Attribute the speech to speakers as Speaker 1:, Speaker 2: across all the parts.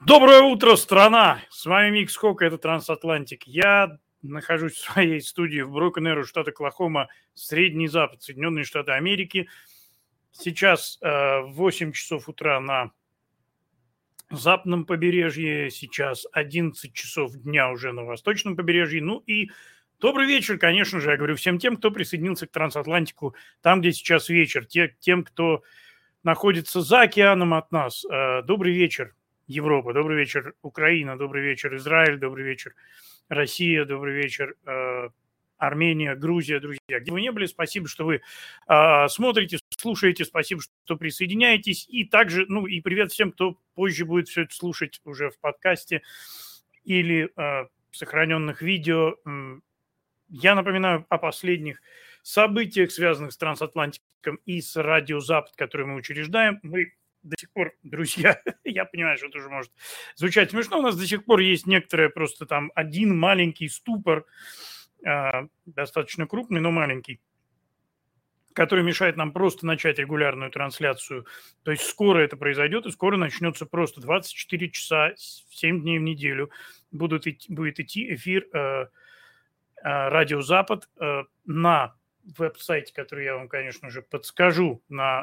Speaker 1: Доброе утро, страна! С вами Микс Хока, это Трансатлантик. Я нахожусь в своей студии в Брокен-Эру, штат Оклахома, Средний Запад, Соединенные Штаты Америки. Сейчас 8 часов утра на западном побережье, сейчас 11 часов дня уже на восточном побережье. Ну и добрый вечер, конечно же, я говорю всем тем, кто присоединился к Трансатлантику, там, где сейчас вечер, тем, кто находится за океаном от нас. Добрый вечер, Европа, добрый вечер, Украина, добрый вечер, Израиль, добрый вечер, Россия, добрый вечер, Армения, Грузия, друзья. Где бы вы ни были, спасибо, что вы смотрите, слушаете, спасибо, что присоединяетесь. И также, ну и привет всем, кто позже будет все это слушать уже в подкасте или в сохраненных видео. Я напоминаю о последних событиях, связанных с Трансатлантиком и с Радио Запад, который мы учреждаем. Мы до сих пор, друзья, я понимаю, что это уже может звучать смешно, у нас до сих пор есть некоторые просто там один маленький ступор, достаточно крупный, но маленький, который мешает нам просто начать регулярную трансляцию. То есть скоро это произойдет, и скоро начнется просто 24 часа, 7 дней в неделю будет идти эфир Радио Запад на веб-сайте, который я вам, конечно же, подскажу, на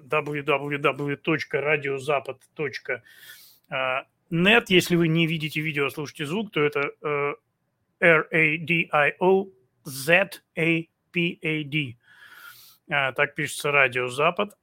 Speaker 1: www.radiozapad.net. Если вы не видите видео, а слушаете звук, то это RADIOZAPAD. Так пишется Радио Запад,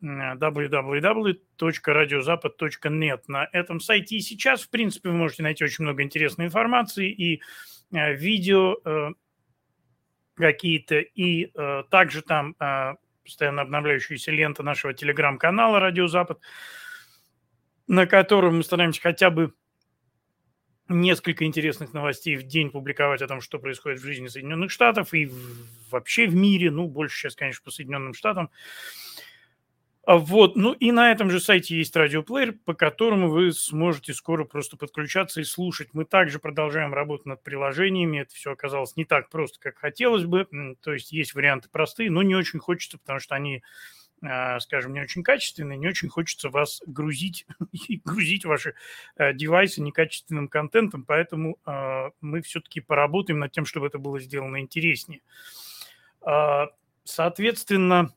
Speaker 1: www.radiozapad.net. На этом сайте и сейчас, в принципе, вы можете найти очень много интересной информации и видео какие-то, и также там постоянно обновляющаяся лента нашего телеграм-канала «Радио Запад», на котором мы стараемся хотя бы несколько интересных новостей в день публиковать о том, что происходит в жизни Соединенных Штатов и вообще в мире, ну, больше сейчас, конечно, по Соединенным Штатам. Вот, ну и на этом же сайте есть радиоплеер, по которому вы сможете скоро просто подключаться и слушать. Мы также продолжаем работать над приложениями. Это все оказалось не так просто, как хотелось бы. То есть есть варианты простые, но не очень хочется, потому что они, скажем, не очень качественные. Не очень хочется вас грузить и грузить ваши девайсы некачественным контентом. Поэтому мы все-таки поработаем над тем, чтобы это было сделано интереснее. Соответственно,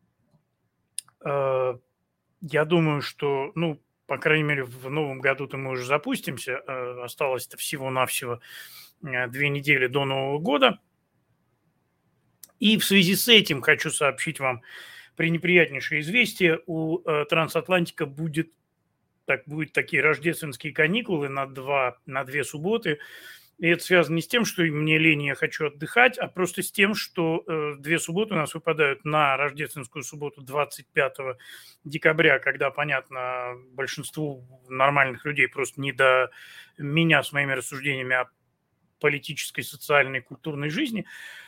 Speaker 1: я думаю, что, ну, по крайней мере, в новом году-то мы уже запустимся. Осталось-то всего-навсего 2 недели до Нового года. И в связи с этим хочу сообщить вам пренеприятнейшее известие. У Трансатлантика будет такие рождественские каникулы на 2 субботы. И это связано не с тем, что мне лень, я хочу отдыхать, а просто с тем, что 2 субботы у нас выпадают на рождественскую субботу 25 декабря, когда, понятно, большинству нормальных людей просто не до меня с моими рассуждениями о политической, социальной, культурной жизни.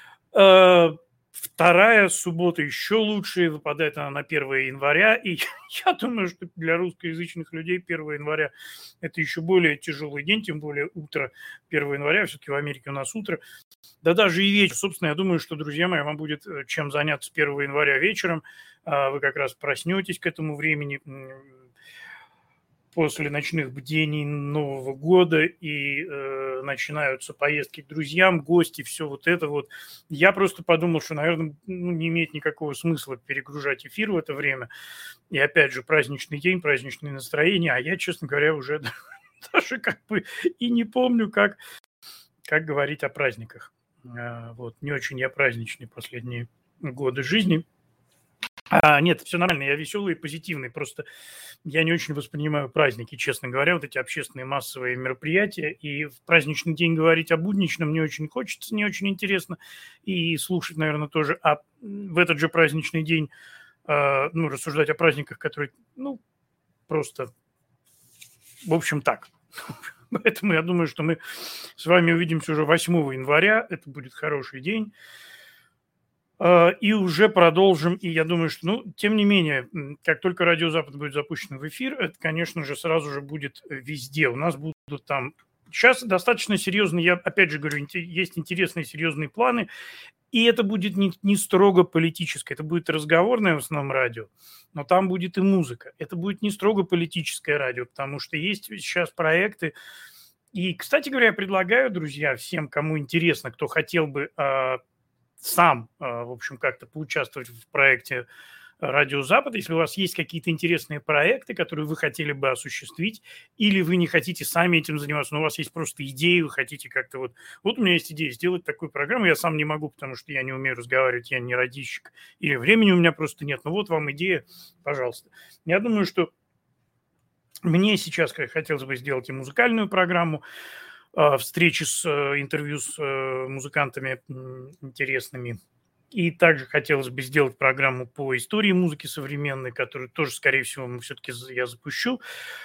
Speaker 1: Вторая суббота еще лучше, выпадает она на 1 января, и я думаю, что для русскоязычных людей 1 января – это еще более тяжелый день, тем более утро 1 января, все-таки в Америке у нас утро, да даже и вечер. Собственно, я думаю, что, друзья мои, вам будет чем заняться 1 января вечером, вы как раз проснетесь к этому времени, после ночных бдений Нового года, и начинаются поездки к друзьям, гости, все вот это вот. Я просто подумал, что, наверное, не имеет никакого смысла перегружать эфир в это время. И опять же, праздничный день, праздничное настроение, а я, честно говоря, уже даже как бы и не помню, как говорить о праздниках. Вот, не очень я праздничный последние годы жизни. Нет, все нормально, я веселый и позитивный, просто я не очень воспринимаю праздники, честно говоря, вот эти общественные массовые мероприятия, и в праздничный день говорить о будничном не очень хочется, не очень интересно, и слушать, наверное, тоже, а в этот же праздничный день, ну, рассуждать о праздниках, которые, ну, просто, в общем, так. Поэтому я думаю, что мы с вами увидимся уже 8 января, это будет хороший день. И уже продолжим. И я думаю, что, ну, тем не менее, как только Радио Запад будет запущен в эфир, это, конечно же, сразу же будет везде. У нас будут там Сейчас достаточно серьезно, я опять же говорю, есть интересные серьезные планы, и это будет не строго политическое, это будет разговорное в основном радио, но там будет и музыка. Это будет не строго политическое радио, потому что есть сейчас проекты. И, кстати говоря, я предлагаю, друзья, всем, кому интересно, кто хотел бы сам, в общем, как-то поучаствовать в проекте Радио Запад, если у вас есть какие-то интересные проекты, которые вы хотели бы осуществить, или вы не хотите сами этим заниматься, но у вас есть просто идеи, вы хотите как-то вот у меня есть идея сделать такую программу, я сам не могу, потому что я не умею разговаривать, я не радищик, или времени у меня просто нет, ну вот вам идея, пожалуйста. Я думаю, что мне сейчас хотелось бы сделать и музыкальную программу, встречи с интервью с музыкантами интересными. И также хотелось бы сделать программу по истории музыки современной, которую тоже, скорее всего, все-таки я запущу.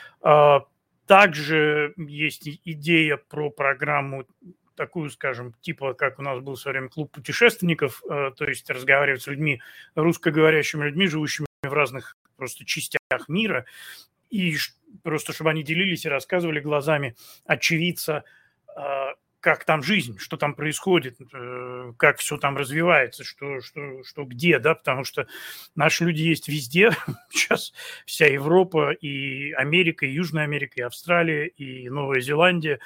Speaker 1: Также есть идея про программу такую, скажем, типа, как у нас был в свое время клуб путешественников, то есть разговаривать с людьми, русскоговорящими людьми, живущими в разных просто частях мира, и просто чтобы они делились и рассказывали глазами очевидца, как там жизнь, что там происходит, как все там развивается, что где, да, потому что наши люди есть везде. Сейчас вся Европа, и Америка, и Южная Америка, и Австралия, и Новая Зеландия,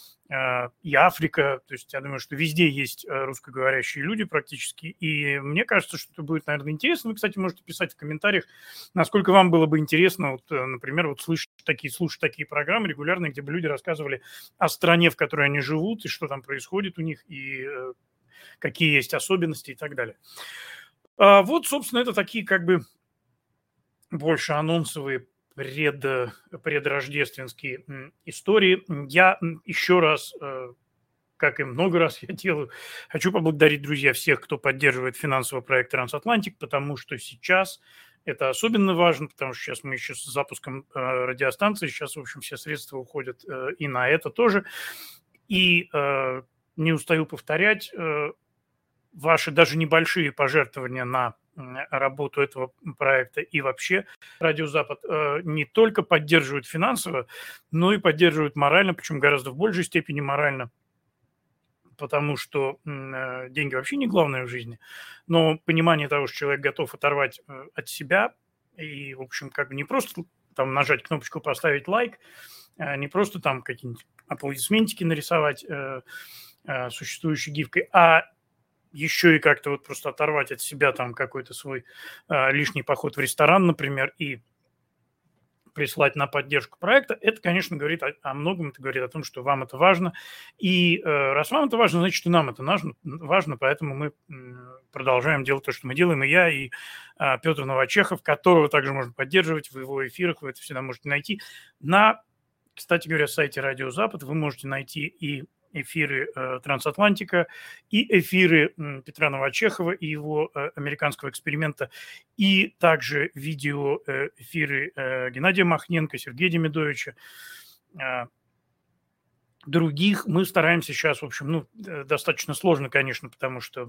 Speaker 1: и Африка. То есть я думаю, что везде есть русскоговорящие люди практически. И мне кажется, что это будет, наверное, интересно. Вы, кстати, можете писать в комментариях, насколько вам было бы интересно, вот, например, вот слушать такие программы регулярно, где бы люди рассказывали о стране, в которой они живут, и что там происходит у них, и какие есть особенности и так далее. Вот, собственно, это такие как бы больше анонсовые предрождественские истории. Я еще раз, как и много раз я делаю, хочу поблагодарить, друзья, всех, кто поддерживает финансовый проект «Трансатлантик», потому что сейчас это особенно важно, потому что сейчас мы еще с запуском радиостанции, сейчас, в общем, все средства уходят и на это тоже. И не устаю повторять, ваши даже небольшие пожертвования на работу этого проекта и вообще Радио Запад не только поддерживают финансово, но и поддерживают морально, причем гораздо в большей степени морально, потому что деньги вообще не главное в жизни, но понимание того, что человек готов оторвать от себя и, в общем, как бы не просто там нажать кнопочку «поставить лайк», не просто там какие-нибудь аплодисментики нарисовать существующей гифкой, а еще и как-то вот просто оторвать от себя там какой-то свой лишний поход в ресторан, например, и прислать на поддержку проекта, это, конечно, говорит о многом, это говорит о том, что вам это важно. И раз вам это важно, значит, и нам это важно, поэтому мы продолжаем делать то, что мы делаем. И я, и Петр Новочехов, которого также можно поддерживать в его эфирах, вы это всегда можете найти на, кстати говоря, сайте Радио Запад. Вы можете найти и эфиры «Трансатлантика», и эфиры Петра Новочехова и его американского эксперимента, и также видео эфиры Геннадия Махненко, Сергея Демидовича, других. Мы стараемся сейчас, в общем, достаточно сложно, конечно, потому что,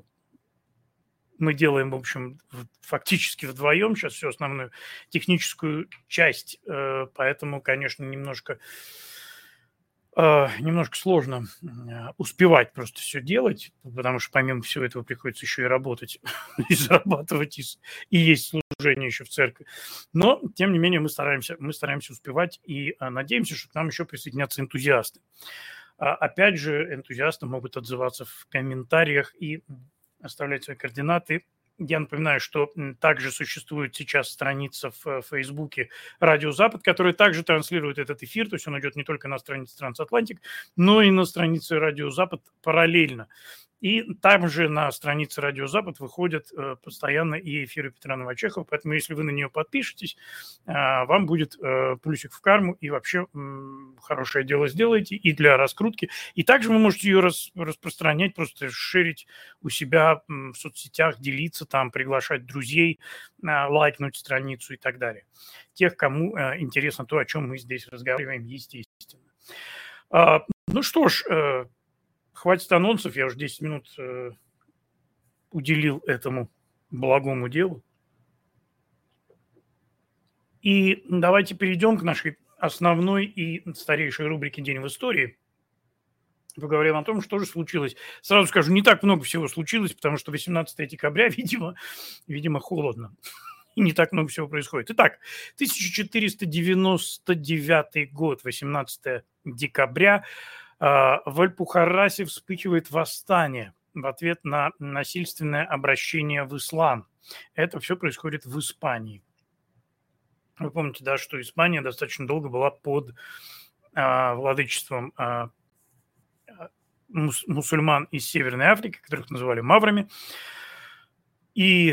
Speaker 1: мы делаем, в общем, фактически вдвоем сейчас всю основную техническую часть, поэтому, конечно, немножко сложно успевать просто все делать, потому что помимо всего этого приходится еще и работать, и зарабатывать, и есть служение еще в церкви. Но, тем не менее, мы стараемся успевать и надеемся, что к нам еще присоединятся энтузиасты. Опять же, энтузиасты могут отзываться в комментариях и оставлять свои координаты. Я напоминаю, что также существует сейчас страница в Фейсбуке «Радио Запад», которая также транслирует этот эфир, то есть он идет не только на странице «Трансатлантик», но и на странице «Радио Запад» параллельно. И там же на странице «Радио Запад» выходят постоянно и эфиры Петра Новочехова, поэтому если вы на нее подпишетесь, вам будет плюсик в карму и вообще хорошее дело сделаете и для раскрутки. И также вы можете ее распространять, просто шерить у себя в соцсетях, делиться там, приглашать друзей, лайкнуть страницу и так далее. Тех, кому интересно то, о чем мы здесь разговариваем, естественно. Ну что ж, хватит анонсов, я уже 10 минут уделил этому благому делу. И давайте перейдем к нашей основной и старейшей рубрики «День в истории» поговорим о том, что же случилось. Сразу скажу, не так много всего случилось, потому что 18 декабря, видимо, холодно. И не так много всего происходит. Итак, 1499 год, 18 декабря, в Аль-Бухарасе вспыхивает восстание в ответ на насильственное обращение в ислам. Это все происходит в Испании. Вы помните, да, что Испания достаточно долго была под владычеством мусульман из Северной Африки, которых называли маврами. И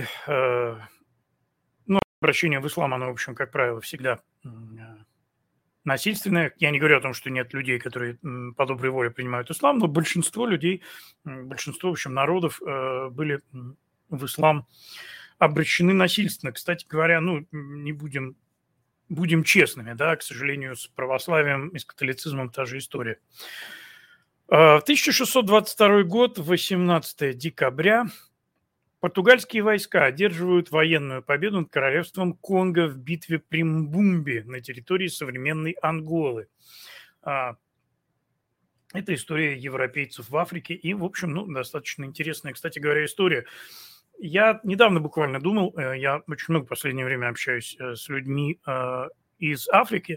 Speaker 1: обращение в ислам, оно, в общем, как правило, всегда насильственное. Я не говорю о том, что нет людей, которые по доброй воле принимают ислам, но большинство людей, большинство, в общем, народов были в ислам обращены насильственно. Кстати говоря, не будем честными, да, к сожалению, с православием и с католицизмом та же история. В 1622 год, 18 декабря, португальские войска одерживают военную победу над королевством Конго в битве при Мбумбе на территории современной Анголы. Это история европейцев в Африке и, в общем, достаточно интересная, кстати говоря, история. Я недавно буквально думал, я очень много в последнее время общаюсь с людьми из Африки,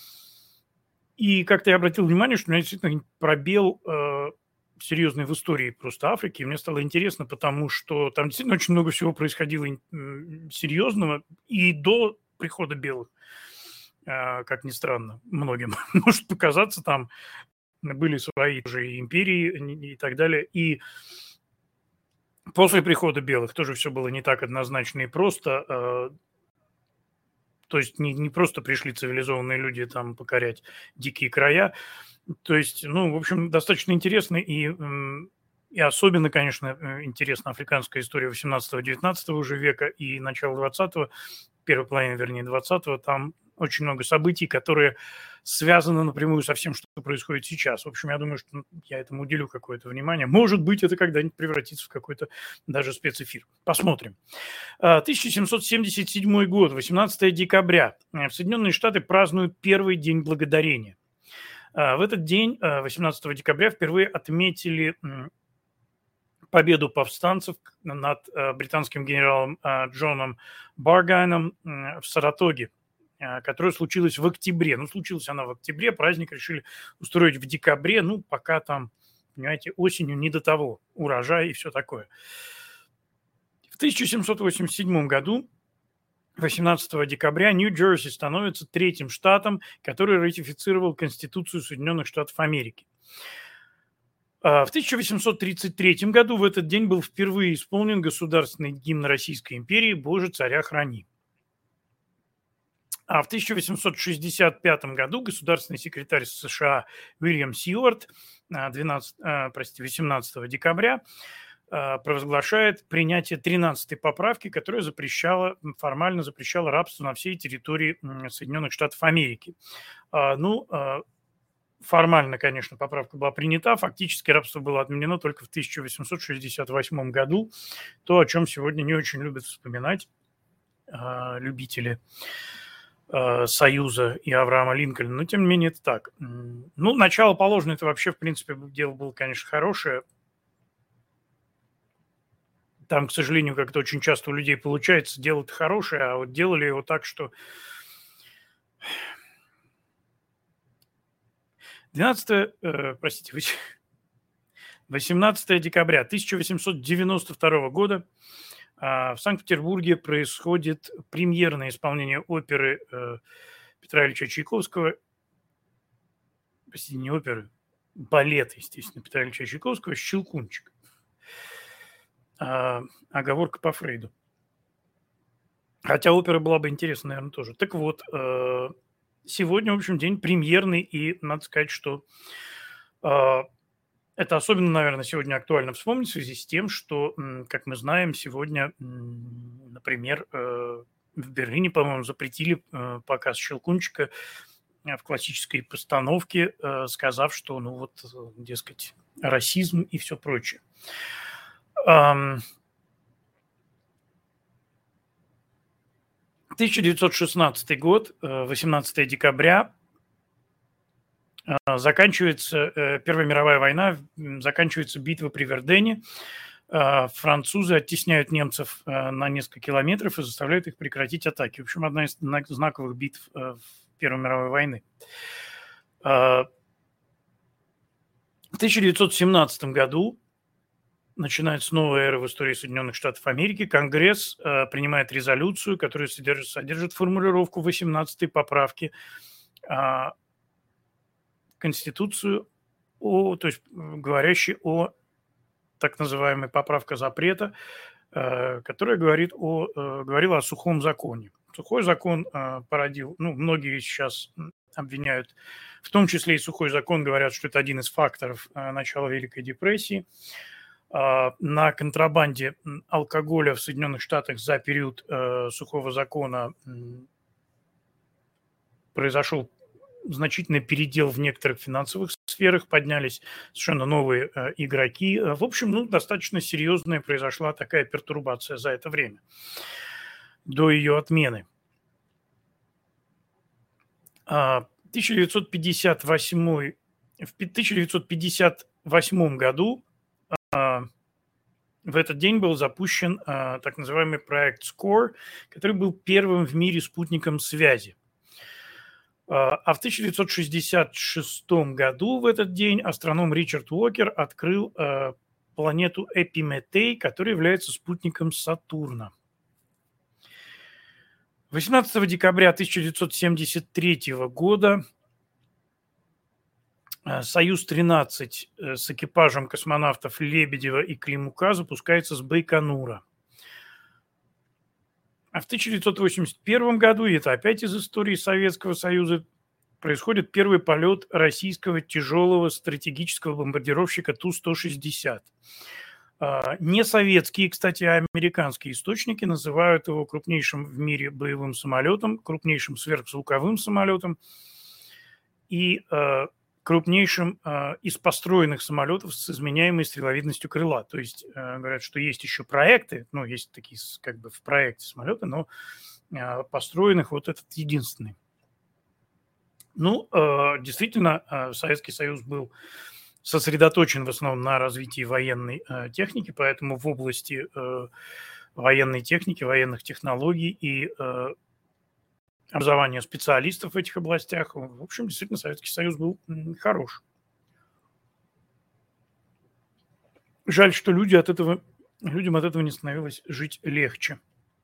Speaker 1: и как-то я обратил внимание, что у меня действительно пробел серьезный в истории просто Африки. И мне стало интересно, потому что там действительно очень много всего происходило серьезного и до прихода белых, как ни странно, многим может показаться, там были свои уже империи и так далее. И после прихода белых тоже все было не так однозначно и просто. То есть не просто пришли цивилизованные люди там покорять дикие края. То есть, в общем, достаточно интересно и особенно, конечно, интересна африканская история 18-19 уже века и начала 20-го, первой половины, вернее, 20-го. Там очень много событий, которые связаны напрямую со всем, что происходит сейчас. В общем, я думаю, что я этому уделю какое-то внимание. Может быть, это когда-нибудь превратится в какой-то даже спецэфир. Посмотрим. 1777 год, 18 декабря. Соединенные Штаты празднуют первый День Благодарения. В этот день, 18 декабря, впервые отметили победу повстанцев над британским генералом Джоном Баргайном в Саратоге, которая случилась в октябре. Случилась она в октябре, праздник решили устроить в декабре, пока там, понимаете, осенью не до того, урожай и все такое. В 1787 году, 18 декабря, Нью-Джерси становится третьим штатом, который ратифицировал Конституцию Соединенных Штатов Америки. В 1833 году в этот день был впервые исполнен государственный гимн Российской империи «Боже, царя храни». А в 1865 году государственный секретарь США Уильям Сьюарт 18 декабря провозглашает принятие 13-й поправки, которая формально запрещала рабство на всей территории Соединенных Штатов Америки. Формально, конечно, поправка была принята, фактически рабство было отменено только в 1868 году, то, о чем сегодня не очень любят вспоминать любители Союза и Авраама Линкольна, но тем не менее это так. Начало положено, это вообще, в принципе, дело было, конечно, хорошее. Там, к сожалению, как-то очень часто у людей получается делать хорошее, а вот делали его так, что 18 декабря 1892 года в Санкт-Петербурге происходит премьерное исполнение оперы Петра Ильича Чайковского, не оперы, балет, естественно, Петра Ильича Чайковского «Щелкунчик». Оговорка по Фрейду. Хотя опера была бы интересна, наверное, тоже. Так вот, сегодня, в общем, день премьерный, и надо сказать, что это особенно, наверное, сегодня актуально вспомнить в связи с тем, что, как мы знаем, сегодня, например, в Берлине, по-моему, запретили показ «Щелкунчика» в классической постановке, сказав, что, дескать, расизм и все прочее. 1916 год, 18 декабря, заканчивается Первая мировая война, заканчивается битва при Вердене. Французы оттесняют немцев на несколько километров и заставляют их прекратить атаки. В общем, одна из знаковых битв Первой мировой войны. В 1917 году начинается новая эра в истории Соединенных Штатов Америки. Конгресс принимает резолюцию, которая содержит формулировку 18-й поправки в Конституцию, то есть говорящей о так называемой поправка запрета, которая говорила о сухом законе. Сухой закон породил, многие сейчас обвиняют, в том числе и сухой закон, говорят, что это один из факторов начала Великой депрессии. На контрабанде алкоголя в Соединенных Штатах за период сухого закона произошел значительный передел в некоторых финансовых сферах, поднялись совершенно новые игроки. В общем, достаточно серьезная произошла такая пертурбация за это время, до ее отмены. В 1958 году в этот день был запущен так называемый проект SCORE, который был первым в мире спутником связи. А в 1966 году в этот день астроном Ричард Уокер открыл планету Эпиметей, которая является спутником Сатурна. 18 декабря 1973 года «Союз-13» с экипажем космонавтов Лебедева и Климука запускается с Байконура. А в 1981 году, и это опять из истории Советского Союза, происходит первый полет российского тяжелого стратегического бомбардировщика Ту-160. Не советские, кстати, а американские источники называют его крупнейшим в мире боевым самолетом, крупнейшим сверхзвуковым самолетом и крупнейшим из построенных самолетов с изменяемой стреловидностью крыла. То есть говорят, что есть еще проекты, есть такие как бы в проекте самолеты, но построенных вот этот единственный. Действительно, Советский Союз был сосредоточен в основном на развитии военной техники, поэтому в области военной техники, военных технологий и образования специалистов в этих областях, в общем, действительно, Советский Союз был хорош. Жаль, что людям от этого не становилось жить легче.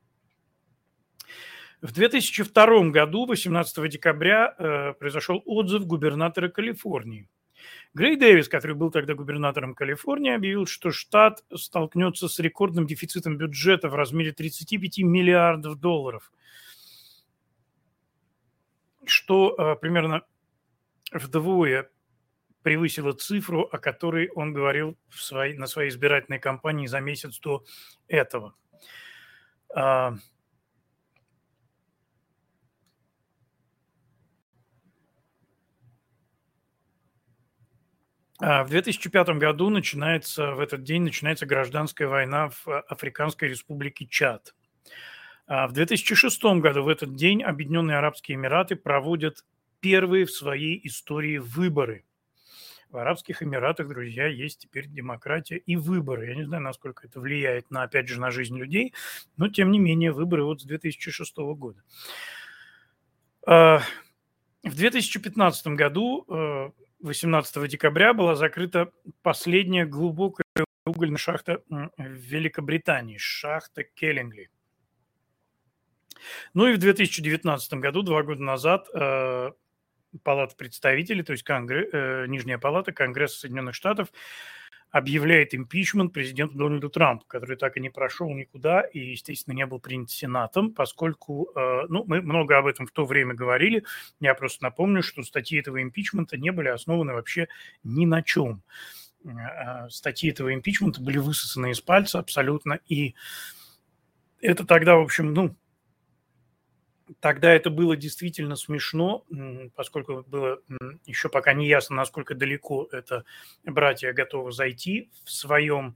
Speaker 1: В 2002 году, 18 декабря, произошел отзыв губернатора Калифорнии. Грей Дэвис, который был тогда губернатором Калифорнии, объявил, что штат столкнется с рекордным дефицитом бюджета в размере 35 миллиардов долларов, что примерно вдвое превысило цифру, о которой он говорил на своей избирательной кампании за месяц до этого. В 2005 году в этот день начинается гражданская война в Африканской республике Чад. В 2006 году в этот день Объединенные Арабские Эмираты проводят первые в своей истории выборы. В Арабских Эмиратах, друзья, есть теперь демократия и выборы. Я не знаю, насколько это влияет, опять же, на жизнь людей, но, тем не менее, выборы вот с 2006 года. В 2015 году, 18 декабря, была закрыта последняя глубокая угольная шахта в Великобритании, шахта Келлингли. И в 2019 году, 2 года назад, Палата представителей, то есть Нижняя палата Конгресса Соединенных Штатов, объявляет импичмент президенту Дональду Трампу, который так и не прошел никуда и, естественно, не был принят Сенатом, поскольку, мы много об этом в то время говорили. Я просто напомню, что статьи этого импичмента не были основаны вообще ни на чем. Статьи этого импичмента были высосаны из пальца абсолютно, и это тогда, в общем, тогда это было действительно смешно, поскольку было еще пока не ясно, насколько далеко это братья готовы зайти в своих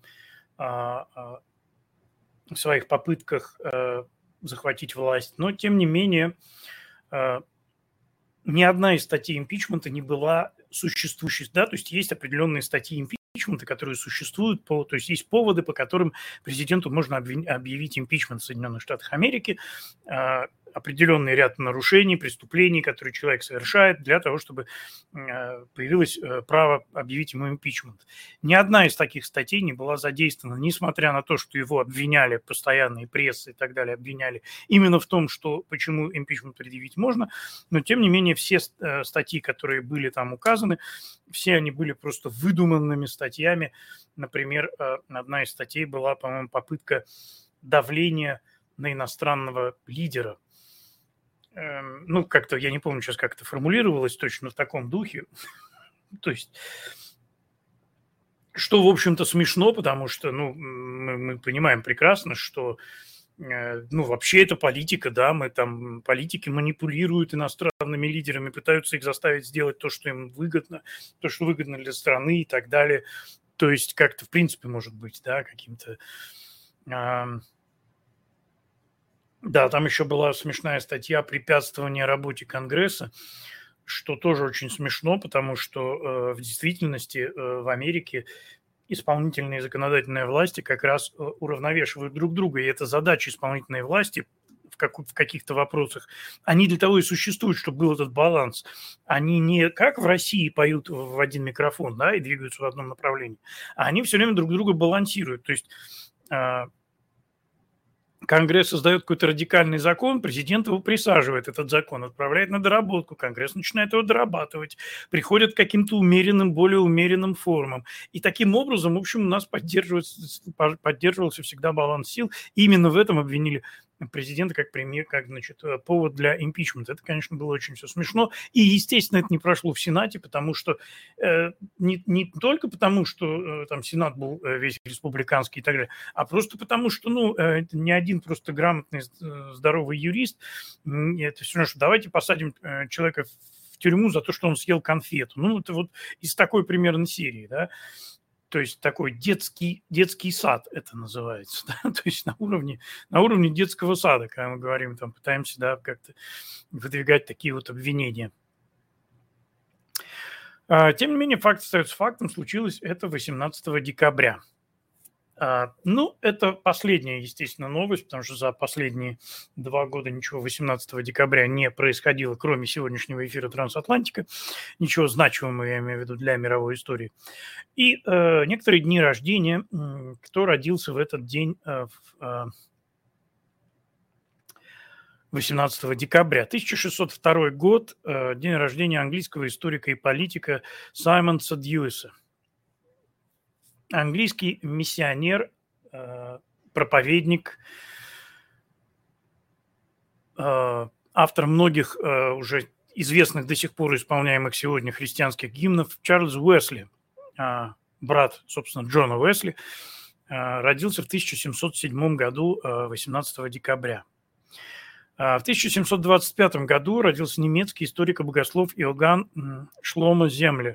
Speaker 1: попытках захватить власть. Но, тем не менее, ни одна из статей импичмента не была существующие, да, то есть есть определенные статьи импичмента, которые существуют, то есть есть поводы, по которым президенту можно объявить импичмент в Соединенных Штатах Америки, определенный ряд нарушений, преступлений, которые человек совершает, для того, чтобы появилось право объявить ему импичмент. Ни одна из таких статей не была задействована, несмотря на то, что его обвиняли постоянно, и пресса и так далее обвиняли именно в том, что почему импичмент предъявить можно, но тем не менее все статьи, которые были там указаны, все они были просто выдуманными статьями. Например, одна из статей была, по-моему, попытка давления на иностранного лидера. Ну, как-то, я не помню сейчас, как это формулировалось точно в таком духе. То есть, что, в общем-то, смешно, потому что, ну, мы понимаем прекрасно, что, ну, вообще это политика, да, политики манипулируют иностранными лидерами, пытаются их заставить сделать то, что им выгодно, то, что выгодно для страны и так далее. То есть, как-то, в принципе, может быть, да, каким-то... Да, там еще была смешная статья «Препятствование работе Конгресса», что тоже очень смешно, потому что в действительности в Америке исполнительная и законодательная власти как раз уравновешивают друг друга, и это задача исполнительной власти в каких-то вопросах. Они для того и существуют, чтобы был этот баланс. Они не как в России поют в один микрофон, да, и двигаются в одном направлении, а они все время друг друга балансируют. То есть Конгресс создает какой-то радикальный закон, президент его присаживает, этот закон, отправляет на доработку, Конгресс начинает его дорабатывать, приходит к каким-то умеренным, более умеренным формам. И таким образом, в общем, у нас поддерживался всегда баланс сил. И именно в этом обвинили президента как пример, как, значит, повод для импичмента. Это, конечно, было очень все смешно. И, естественно, это не прошло в Сенате, потому что не только потому, что там Сенат был весь республиканский и так далее, а просто потому, что, ну, это не один просто грамотный, здоровый юрист. Это все равно, что давайте посадим человека в тюрьму за то, что он съел конфету. Ну, это вот из такой примерно серии, да. То есть такой детский сад это называется, да? То есть на уровне детского сада, когда мы говорим, там пытаемся, да, как-то выдвигать такие вот обвинения. Тем не менее, факт остается фактом, случилось это 18 декабря. Ну, это последняя, естественно, новость, потому что за последние 2 года ничего 18 декабря не происходило, кроме сегодняшнего эфира «Трансатлантика». Ничего значимого, я имею в виду, для мировой истории. И некоторые дни рождения, кто родился в этот день, 18 декабря. 1602 год, день рождения английского историка и политика Саймонса Дьюиса. Английский миссионер, проповедник, автор многих уже известных до сих пор исполняемых сегодня христианских гимнов, Чарльз Уэсли, брат, собственно, Джона Уэсли, родился в 1707 году, 18 декабря. В 1725 году родился немецкий историк и богослов Иоганн Шломо Землер.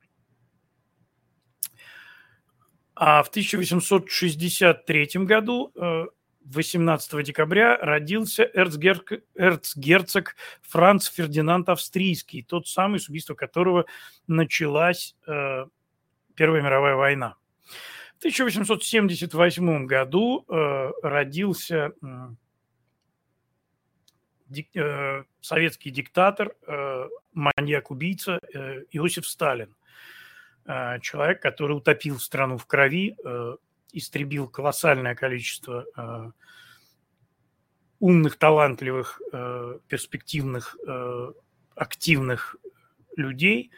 Speaker 1: А в 1863 году, 18 декабря, родился эрцгерцог Франц Фердинанд Австрийский, тот самый, с убийства которого началась Первая мировая война. В 1878 году родился советский диктатор, маньяк-убийца Иосиф Сталин. Человек, который утопил страну в крови, истребил колоссальное количество умных, талантливых, перспективных, активных людей.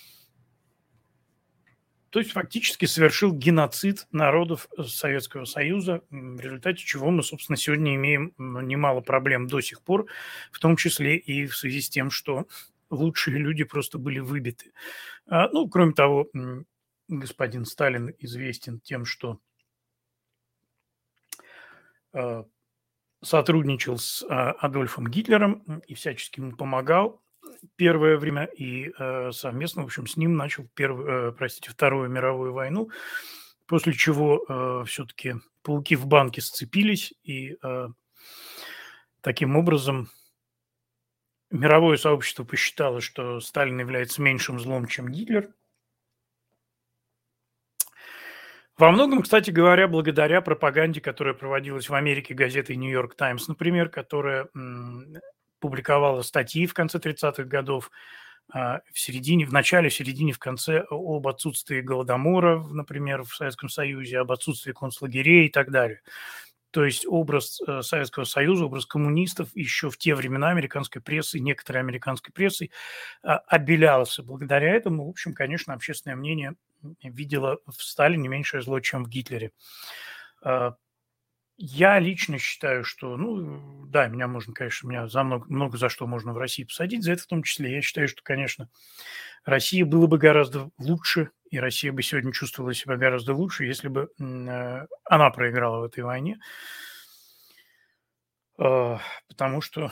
Speaker 1: То есть фактически совершил геноцид народов Советского Союза, в результате чего мы, собственно, сегодня имеем немало проблем до сих пор, в том числе и в связи с тем, что лучшие люди просто были выбиты. Ну, кроме того, господин Сталин известен тем, что сотрудничал с Адольфом Гитлером и всячески ему помогал первое время, и совместно, в общем, с ним начал Вторую мировую войну, после чего все-таки пауки в банке сцепились, и таким образом мировое сообщество посчитало, что Сталин является меньшим злом, чем Гитлер. Во многом, кстати говоря, благодаря пропаганде, которая проводилась в Америке газетой «Нью-Йорк Таймс», например, которая публиковала статьи в конце 30-х годов, в начале, в середине, в конце об отсутствии голодомора, например, в Советском Союзе, об отсутствии концлагерей и так далее. То есть образ Советского Союза, образ коммунистов еще в те времена американской прессы, некоторой американской прессой обелялся. Благодаря этому, в общем, конечно, общественное мнение видело в Сталине меньшее зло, чем в Гитлере. Я лично считаю, что, да, меня за много за что можно в России посадить, за это в том числе. Я считаю, что, конечно, Россия было бы гораздо лучше, и Россия бы сегодня чувствовала себя гораздо лучше, если бы она проиграла в этой войне. Потому что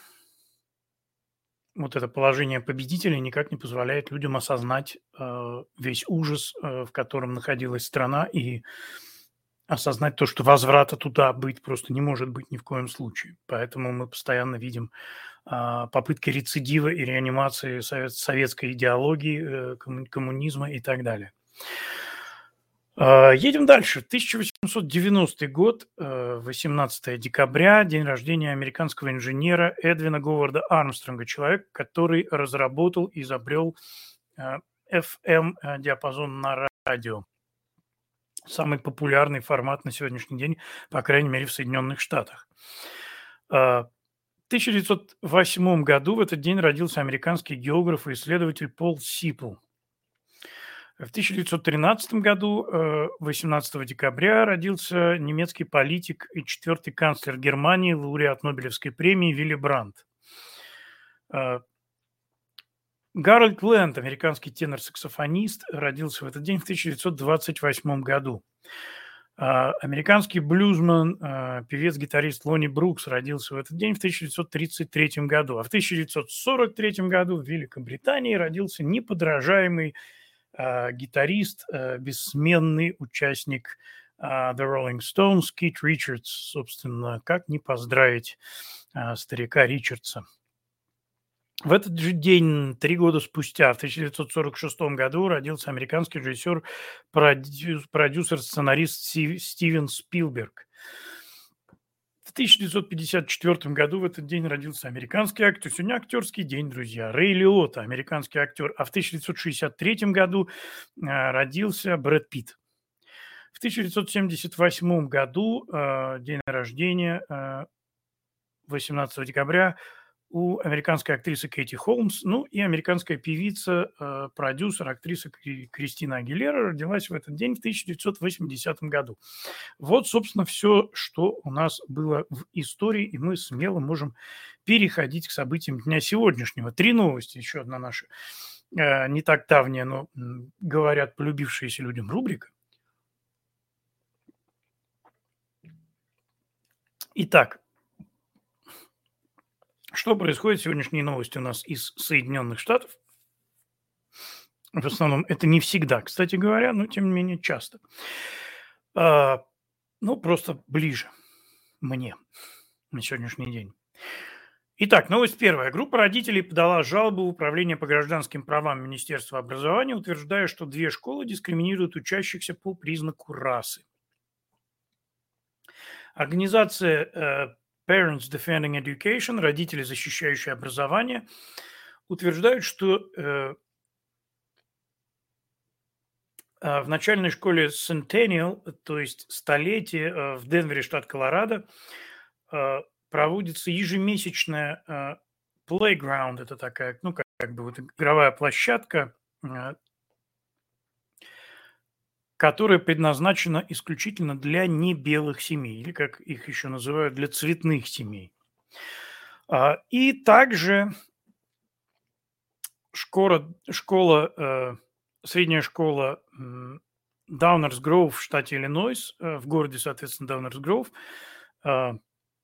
Speaker 1: вот это положение победителя никак не позволяет людям осознать весь ужас, в котором находилась страна, и осознать то, что возврата туда быть просто не может быть ни в коем случае. Поэтому мы постоянно видим попытки рецидива и реанимации советской идеологии, коммунизма и так далее. Едем дальше. 1890 год, 18 декабря, день рождения американского инженера Эдвина Говарда Армстронга, человек, который разработал и изобрел FM-диапазон на радио. Самый популярный формат на сегодняшний день, по крайней мере, в Соединенных Штатах. В 1908 году в этот день родился американский географ и исследователь Пол Сипл. В 1913 году, 18 декабря, родился немецкий политик и четвертый канцлер Германии, лауреат Нобелевской премии Вилли Брандт. Гарольд Лэнд, американский тенор-саксофонист, родился в этот день в 1928 году. Американский блюзман, певец-гитарист Лонни Брукс родился в этот день в 1933 году. А в 1943 году в Великобритании родился неподражаемый гитарист, бессменный участник The Rolling Stones Кит Ричардс. Собственно, как не поздравить старика Ричардса. В этот же день, 3 года спустя, в 1946 году, родился американский режиссер, продюсер, сценарист Стивен Спилберг. В 1954 году в этот день родился американский актер. Сегодня актерский день, друзья. Рэй Лиотта, американский актер. А в 1963 году родился Брэд Питт. В 1978 году, день рождения, 18 декабря, у американской актрисы Кэти Холмс, и американская певица, продюсер, актриса Кристина Агилера родилась в этот день в 1980 году. Вот, собственно, все, что у нас было в истории, и мы смело можем переходить к событиям дня сегодняшнего. 3 новости, еще одна наша не так давняя, но, говорят, полюбившаяся людям рубрика. Итак, что происходит? Сегодняшние новости у нас из Соединенных Штатов. В основном это не всегда, кстати говоря, но тем не менее часто. Просто ближе мне на сегодняшний день. Итак, новость первая. Группа родителей подала жалобу в Управление по гражданским правам Министерства образования, утверждая, что 2 школы дискриминируют учащихся по признаку расы. Организация Parents Defending Education, родители, защищающие образование, утверждают, что в начальной школе Centennial, то есть столетие, в Денвере, штат Колорадо, проводится ежемесячная playground, это такая, игровая площадка, которая предназначена исключительно для небелых семей, или, как их еще называют, для цветных семей. И также средняя школа Downers Grove в штате Иллинойс, в городе, соответственно, Downers Grove,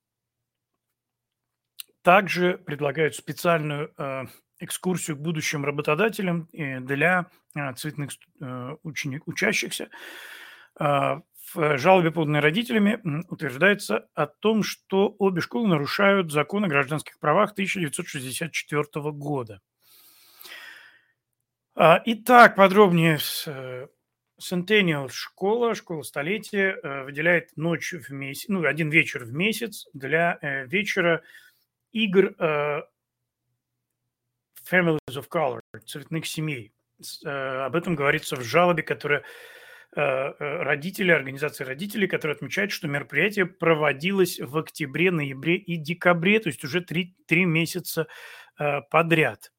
Speaker 1: также предлагают специальную экскурсию к будущим работодателям для цветных учащихся. В В жалобе, поданной родителями, утверждается о том, что обе школы нарушают закон о гражданских правах 1964 года. Итак, подробнее. Centennial школа столетия, выделяет ночь в месяц, ну, один вечер в месяц для вечера игр Families of Color, цветных семей. Об этом говорится в жалобе, которая организации родителей, которая отмечает, что мероприятие проводилось в октябре, ноябре и декабре, то есть уже три месяца подряд.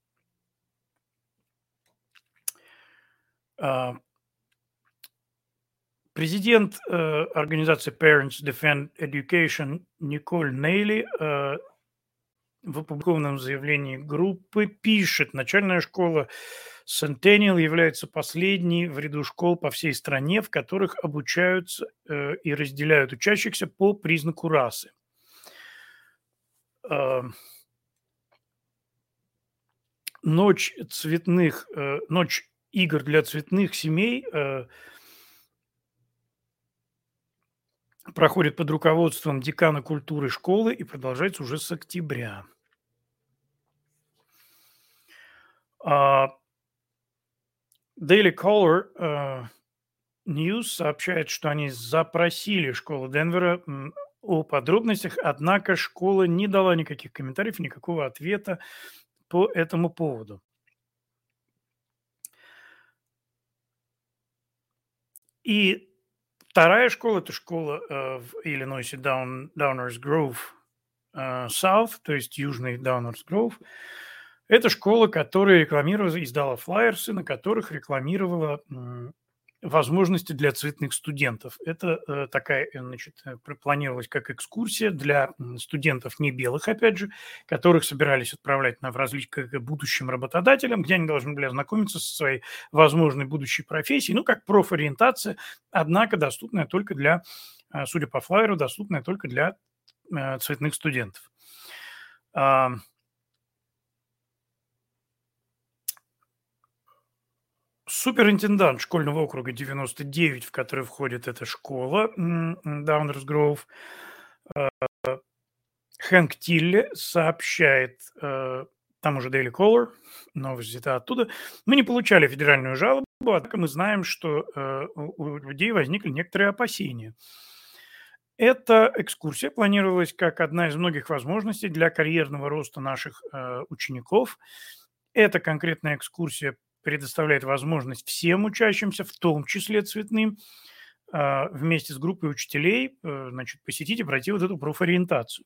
Speaker 1: Президент организации Parents Defend Education Николь Нейли в опубликованном заявлении группы пишет: начальная школа Centennial является последней в ряду школ по всей стране, в которых обучаются и разделяют учащихся по признаку расы. Ночь игр для цветных семей проходит под руководством декана культуры школы и продолжается уже с октября. Daily Caller News сообщает, что они запросили школу Денвера о подробностях, однако школа не дала никаких комментариев, никакого ответа по этому поводу. И вторая школа – это школа в Иллинойсе Downers Grove South, то есть южный Downers Grove. Это школа, которая издала флаерсы, на которых рекламировала возможности для цветных студентов. Это такая, планировалась как экскурсия для студентов не белых, опять же, которых собирались отправлять к будущим работодателям, где они должны были ознакомиться со своей возможной будущей профессией, ну, как профориентация, однако доступная только для, судя по флаеру, доступная только для цветных студентов. Суперинтендант школьного округа 99, в который входит эта школа, Downers Grove, Хэнк Тилле сообщает, там уже Daily Caller, новость взята оттуда: мы не получали федеральную жалобу, однако мы знаем, что у людей возникли некоторые опасения. Эта экскурсия планировалась как одна из многих возможностей для карьерного роста наших учеников. Эта конкретная экскурсия предоставляет возможность всем учащимся, в том числе цветным, вместе с группой учителей, посетить и пройти вот эту профориентацию.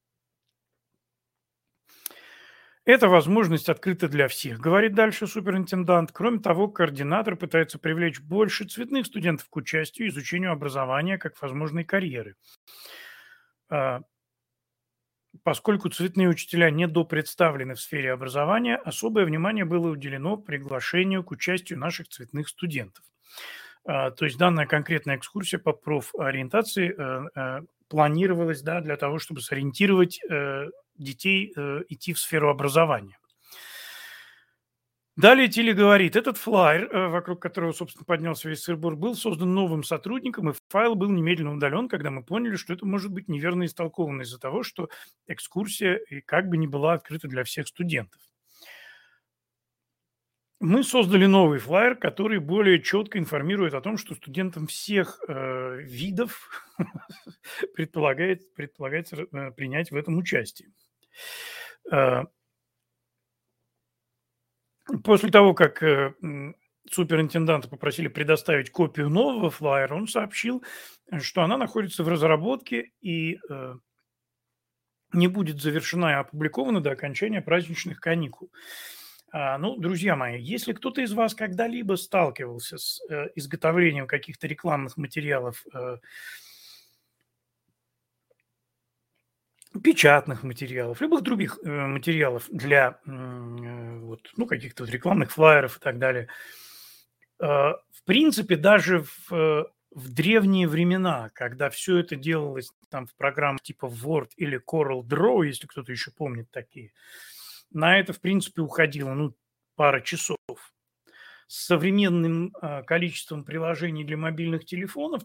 Speaker 1: Эта возможность открыта для всех, говорит дальше суперинтендант. Кроме того, координатор пытается привлечь больше цветных студентов к участию и изучению образования как возможной карьеры. Поскольку цветные учителя недопредставлены в сфере образования, особое внимание было уделено приглашению к участию наших цветных студентов. То есть данная конкретная экскурсия по профориентации планировалась, да, для того, чтобы сориентировать детей идти в сферу образования. Далее Тилли говорит: этот флаер, вокруг которого, собственно, поднялся весь сыр-бор, был создан новым сотрудником, и файл был немедленно удален, когда мы поняли, что это может быть неверно истолковано из-за того, что экскурсия и как бы не была открыта для всех студентов. Мы создали новый флаер, который более четко информирует о том, что студентам всех видов предполагается принять в этом участие. После того, как суперинтенданта попросили предоставить копию нового флаера, он сообщил, что она находится в разработке и не будет завершена и опубликована до окончания праздничных каникул. Ну, друзья мои, если кто-то из вас когда-либо сталкивался с изготовлением каких-то рекламных материалов, печатных материалов, любых других материалов для каких-то рекламных флаеров и так далее. В принципе, даже в древние времена, когда все это делалось там в программах типа Word или Corel Draw, если кто-то еще помнит такие, на это, в принципе, уходило пара часов. с современным количеством приложений для мобильных телефонов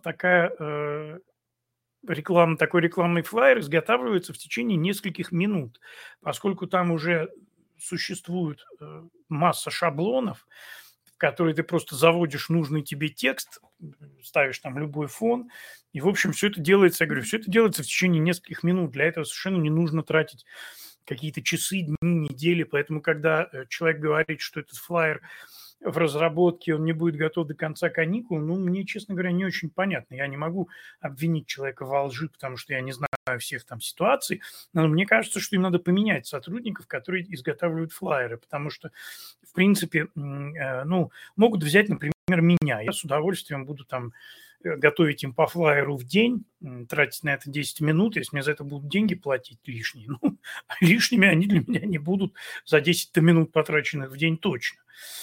Speaker 1: такой рекламный флаер изготавливается в течение нескольких минут, поскольку там уже существует масса шаблонов, в которые ты просто заводишь нужный тебе текст, ставишь там любой фон, и, в общем, все это делается, я говорю, все это делается в течение нескольких минут. Для этого совершенно не нужно тратить какие-то часы, дни, недели. Поэтому, когда человек говорит, что этот флаер в разработке, он не будет готов до конца каникул, ну, мне, честно говоря, не очень понятно. Я не могу обвинить человека во лжи, потому что я не знаю всех там ситуаций, но мне кажется, что им надо поменять сотрудников, которые изготавливают флаеры, потому что, в принципе, ну, могут взять, например, меня. Я с удовольствием буду там готовить им по флаеру в день, тратить на это 10 минут, если мне за это будут деньги платить лишние. Ну, лишними они для меня не будут за 10 минут, потраченных в день, точно.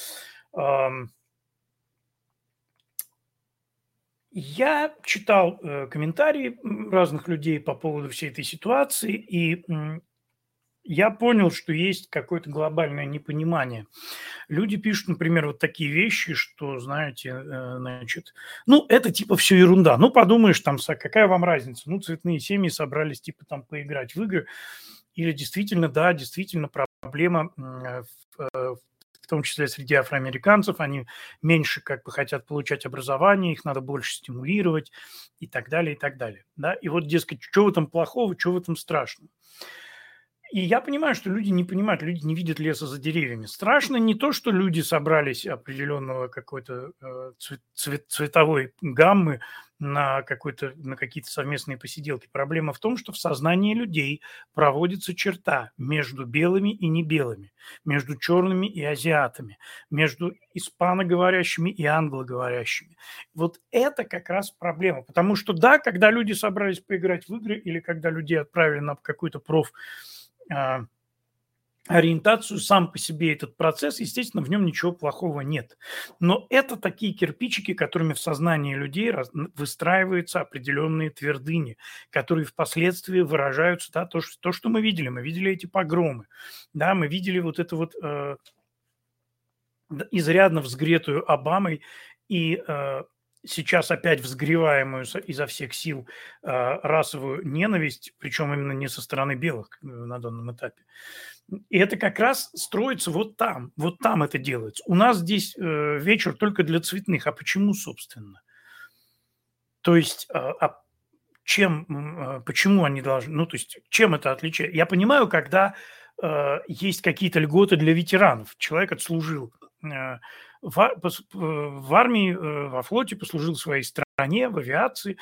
Speaker 1: Я читал комментарии разных людей по поводу всей этой ситуации, и я понял, что есть какое-то глобальное непонимание. Люди пишут, например, вот такие вещи, что, знаете, значит, ну, это типа все ерунда. Ну, подумаешь, там, какая вам разница? Ну, цветные семьи собрались, типа, там, поиграть в игры. Или действительно, да, действительно проблема в том числе среди афроамериканцев, они меньше как бы хотят получать образование, их надо больше стимулировать и так далее, и так далее. Да? И вот, дескать, что в этом плохого, что в этом страшного? И я понимаю, что люди не понимают, люди не видят леса за деревьями. Страшно не то, что люди собрались определенного какой-то цветовой гаммы на какие-то совместные посиделки. Проблема в том, что в сознании людей проводится черта между белыми и небелыми, между черными и азиатами, между испаноговорящими и англоговорящими. Вот это как раз проблема. Потому что да, когда люди собрались поиграть в игры или когда людей отправили на какой-то ориентацию, сам по себе этот процесс, естественно, в нем ничего плохого нет. Но это такие кирпичики, которыми в сознании людей выстраиваются определенные твердыни, которые впоследствии выражаются, да, то, что мы видели. Мы видели эти погромы, да, мы видели вот это вот изрядно взгретую Обамой и сейчас опять взгреваемую изо всех сил расовую ненависть, причем именно не со стороны белых на данном этапе. И это как раз строится вот там это делается. У нас здесь вечер только для цветных. А почему, собственно? То есть почему они должны, ну, то есть чем это отличается? Я понимаю, когда есть какие-то льготы для ветеранов. Человек отслужил в армии, во флоте, послужил своей стране, в авиации,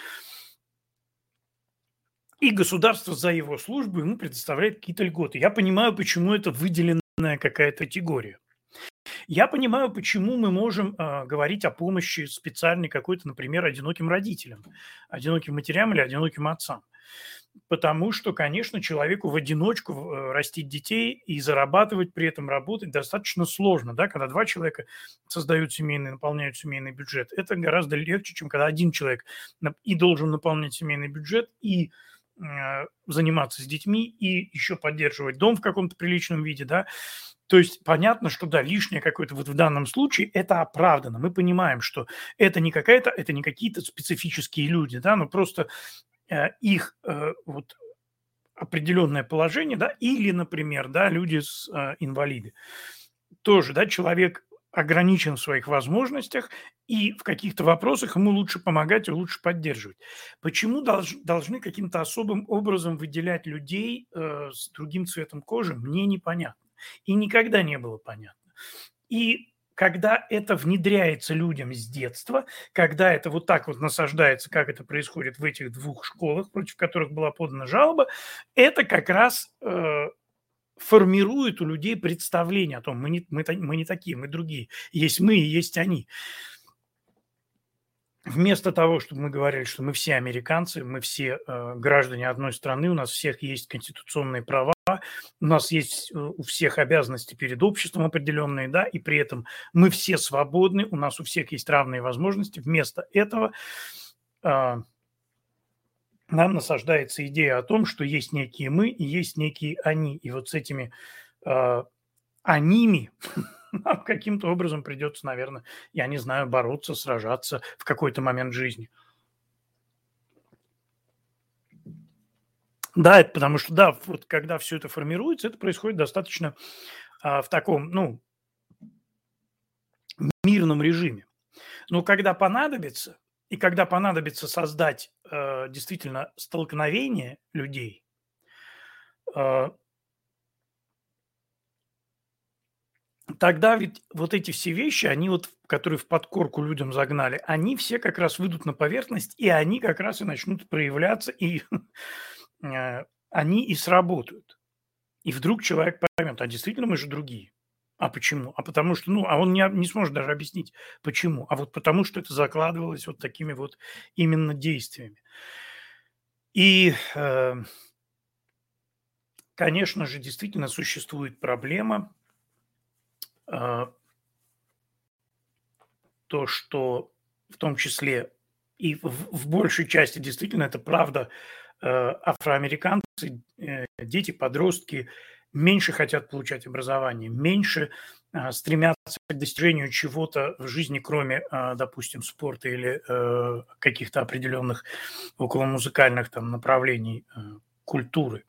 Speaker 1: и государство за его службу ему предоставляет какие-то льготы. Я понимаю, почему это выделенная какая-то категория. Я понимаю, почему мы можем говорить о помощи специальной какой-то, например, одиноким родителям, одиноким матерям или одиноким отцам. Потому что, конечно, человеку в одиночку растить детей и зарабатывать при этом, работать достаточно сложно. Да? Когда два человека создают семейный, наполняют семейный бюджет, это гораздо легче, чем когда один человек и должен наполнять семейный бюджет, и заниматься с детьми, и еще поддерживать дом в каком-то приличном виде, да. То есть понятно, что да, лишнее какое-то вот в данном случае это оправдано. Мы понимаем, что это не какие-то специфические люди, да, но просто их вот определенное положение, да, или, например, да, люди с инвалиды. Тоже, да, человек ограничен в своих возможностях, и в каких-то вопросах ему лучше помогать и лучше поддерживать. Почему должны каким-то особым образом выделять людей с другим цветом кожи, мне непонятно. И никогда не было понятно. И когда это внедряется людям с детства, когда это вот так вот насаждается, как это происходит в этих двух школах, против которых была подана жалоба, это как раз формирует у людей представление о том, мы не такие, мы другие. Есть мы и есть они. Вместо того, чтобы мы говорили, что мы все американцы, мы все граждане одной страны, у нас всех есть конституционные права, у нас есть у всех обязанности перед обществом определенные, да, и при этом мы все свободны, у нас у всех есть равные возможности. Вместо этого нам насаждается идея о том, что есть некие мы и есть некие они. И вот с этими аними нам каким-то образом придется, наверное, я не знаю, бороться, сражаться в какой-то момент жизни. Да, это потому что, да, вот когда все это формируется, это происходит достаточно в таком, ну, мирном режиме. Но когда понадобится, и когда понадобится создать действительно столкновение людей, э, тогда ведь вот эти все вещи, они вот, которые в подкорку людям загнали, они все как раз выйдут на поверхность, и они как раз и начнут проявляться, и они и сработают. И вдруг человек поймет, а действительно мы же другие. А почему? А потому что, ну, а он не сможет даже объяснить, почему. А вот потому что это закладывалось вот такими вот именно действиями. И, конечно же, действительно существует проблема, а, то, что в том числе и в большей части действительно это правда, афроамериканцы, дети, подростки меньше хотят получать образование, меньше стремятся к достижению чего-то в жизни, кроме, допустим, спорта или каких-то определенных околомузыкальных там направлений культуры.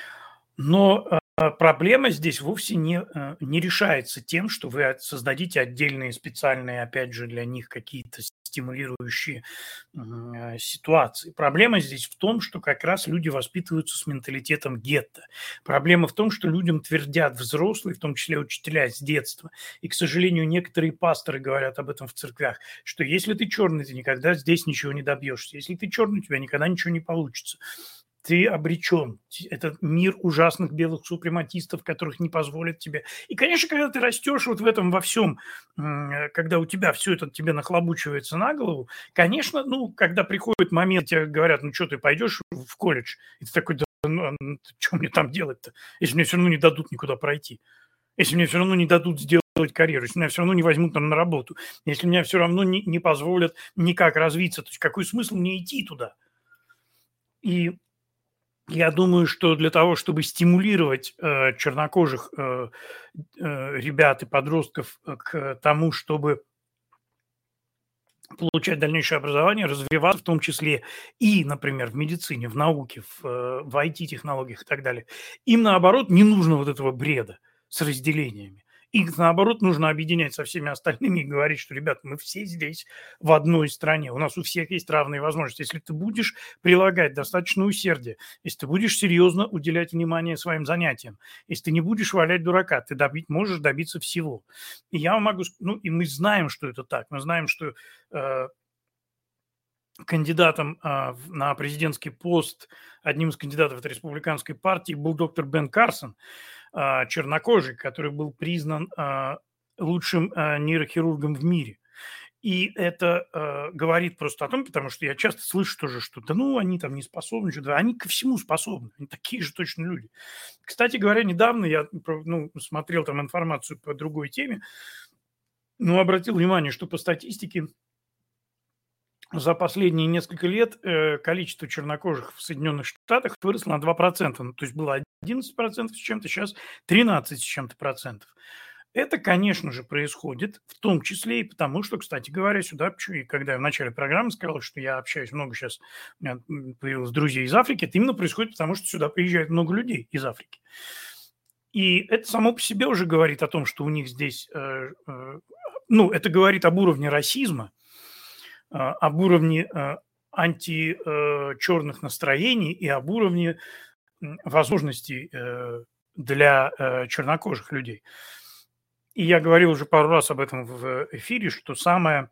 Speaker 1: Но проблема здесь вовсе не решается тем, что вы создадите отдельные специальные, опять же, для них какие-то стимулирующие ситуации. Проблема здесь в том, что как раз люди воспитываются с менталитетом гетто. Проблема в том, что людям твердят взрослые, в том числе учителя с детства. И, к сожалению, некоторые пасторы говорят об этом в церквях, что если ты черный, ты никогда здесь ничего не добьешься. Если ты черный, у тебя никогда ничего не получится. Ты обречен. Это мир ужасных белых супрематистов, которых не позволят тебе. И, конечно, когда ты растешь вот в этом во всем, когда у тебя все это тебе нахлобучивается на голову, конечно, ну, когда приходит момент, тебе говорят, ну, что ты пойдешь в колледж, и ты такой, да, ну, что мне там делать-то, если мне все равно не дадут никуда пройти, если мне все равно не дадут сделать карьеру, если меня все равно не возьмут там на работу, если меня все равно не позволят никак развиться, то есть какой смысл мне идти туда? И я думаю, что для того, чтобы стимулировать чернокожих ребят и подростков к тому, чтобы получать дальнейшее образование, развиваться в том числе и, например, в медицине, в науке, в IT-технологиях и так далее, им, наоборот, не нужно вот этого бреда с разделениями. Их, наоборот, нужно объединять со всеми остальными и говорить, что, ребят, мы все здесь в одной стране, у нас у всех есть равные возможности. Если ты будешь прилагать достаточно усердия, если ты будешь серьезно уделять внимание своим занятиям, если ты не будешь валять дурака, ты можешь добиться всего. И я вам могу, ну, и мы знаем, что это так, мы знаем, что кандидатом на президентский пост, одним из кандидатов от республиканской партии был доктор Бен Карсон, чернокожий, который был признан лучшим нейрохирургом в мире. И это говорит просто о том, потому что я часто слышу тоже, что да ну, они там не способны, что-то. Они ко всему способны, они такие же точно люди. Кстати говоря, недавно я смотрел там информацию по другой теме, но обратил внимание, что по статистике за последние несколько лет количество чернокожих в Соединенных Штатах выросло на 2%. Ну, то есть было 11% с чем-то, сейчас 13 с чем-то процентов. Это, конечно же, происходит в том числе и потому, что, кстати говоря, сюда, и когда я в начале программы сказал, что я общаюсь много сейчас, у меня появилось друзей из Африки, это именно происходит потому, что сюда приезжает много людей из Африки. И это само по себе уже говорит о том, что у них здесь, ну, это говорит об уровне расизма, об уровне античерных настроений и об уровне возможностей для чернокожих людей. И я говорил уже пару раз об этом в эфире, что самая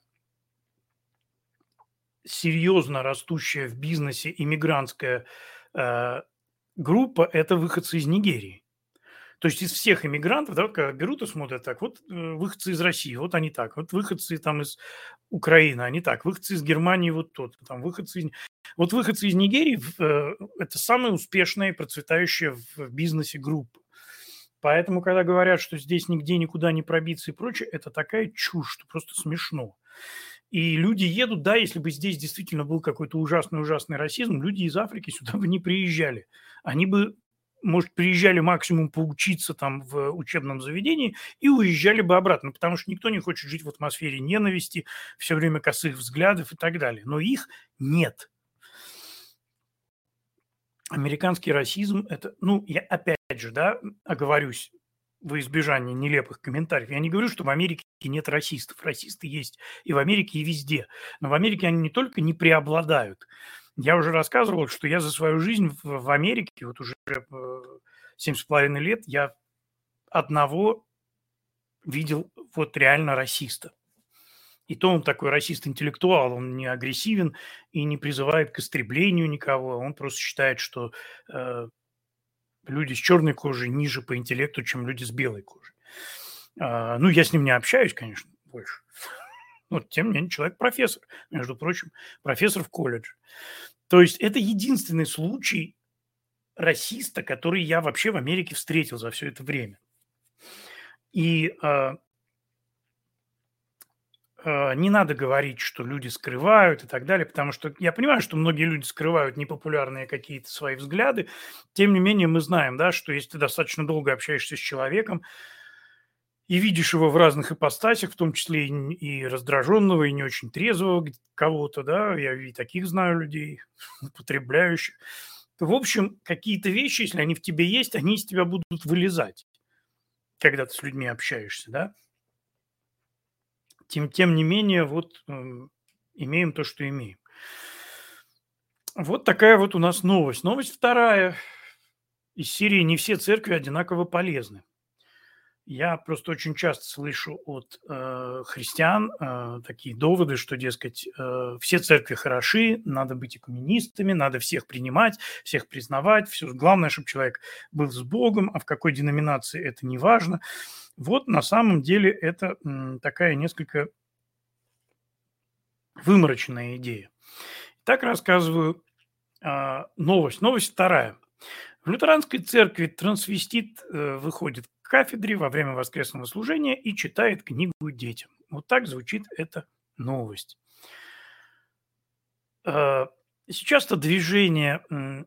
Speaker 1: серьезно растущая в бизнесе иммигрантская группа – это выходцы из Нигерии. То есть из всех иммигрантов, да, вот когда берут и смотрят так, вот выходцы из России, вот они так, вот выходцы там из Украины, они так, выходцы из Германии, вот тот, там выходцы из... Вот выходцы из Нигерии это самая успешная и процветающая в бизнесе группа. Поэтому, когда говорят, что здесь нигде никуда не пробиться и прочее, это такая чушь, что просто смешно. И люди едут, да, если бы здесь действительно был какой-то ужасный расизм, люди из Африки сюда бы не приезжали. Они бы может, приезжали максимум поучиться там в учебном заведении и уезжали бы обратно, потому что никто не хочет жить в атмосфере ненависти, все время косых взглядов и так далее. Но их нет. Американский расизм – это, ну, я опять же, да, оговорюсь во избежание нелепых комментариев. Я не говорю, что в Америке нет расистов. Расисты есть и в Америке, и везде. Но в Америке они не только не преобладают. Я уже рассказывал, что я за свою жизнь в Америке, вот уже 7,5 лет, я одного видел вот реально расиста. И то он такой расист-интеллектуал, он не агрессивен и не призывает к истреблению никого. Он просто считает, что люди с черной кожей ниже по интеллекту, чем люди с белой кожей. Ну, я с ним не общаюсь, конечно, больше. Но, тем не менее, человек профессор, между прочим, профессор в колледже. То есть это единственный случай расиста, который я вообще в Америке встретил за все это время. И не надо говорить, что люди скрывают и так далее, потому что я понимаю, что многие люди скрывают непопулярные какие-то свои взгляды. Тем не менее, мы знаем, да, что если ты достаточно долго общаешься с человеком и видишь его в разных ипостасях, в том числе и раздраженного, и не очень трезвого кого-то, да, я и таких знаю людей, употребляющих, то, в общем, какие-то вещи, если они в тебе есть, они из тебя будут вылезать, когда ты с людьми общаешься, да. Тем не менее, вот имеем то, что имеем. Вот такая вот у нас новость. Новость вторая из серии «Не все церкви одинаково полезны». Я просто очень часто слышу от христиан такие доводы, что, дескать, все церкви хороши, надо быть экуменистами, надо всех принимать, всех признавать. Все. Главное, чтобы человек был с Богом, а в какой деноминации это не важно. Вот на самом деле это такая несколько выморочная идея. Так рассказываю новость. Новость вторая. В лютеранской церкви трансвестит выходит к кафедре во время воскресного служения и читает книгу детям. Вот так звучит эта новость. Сейчас-то движение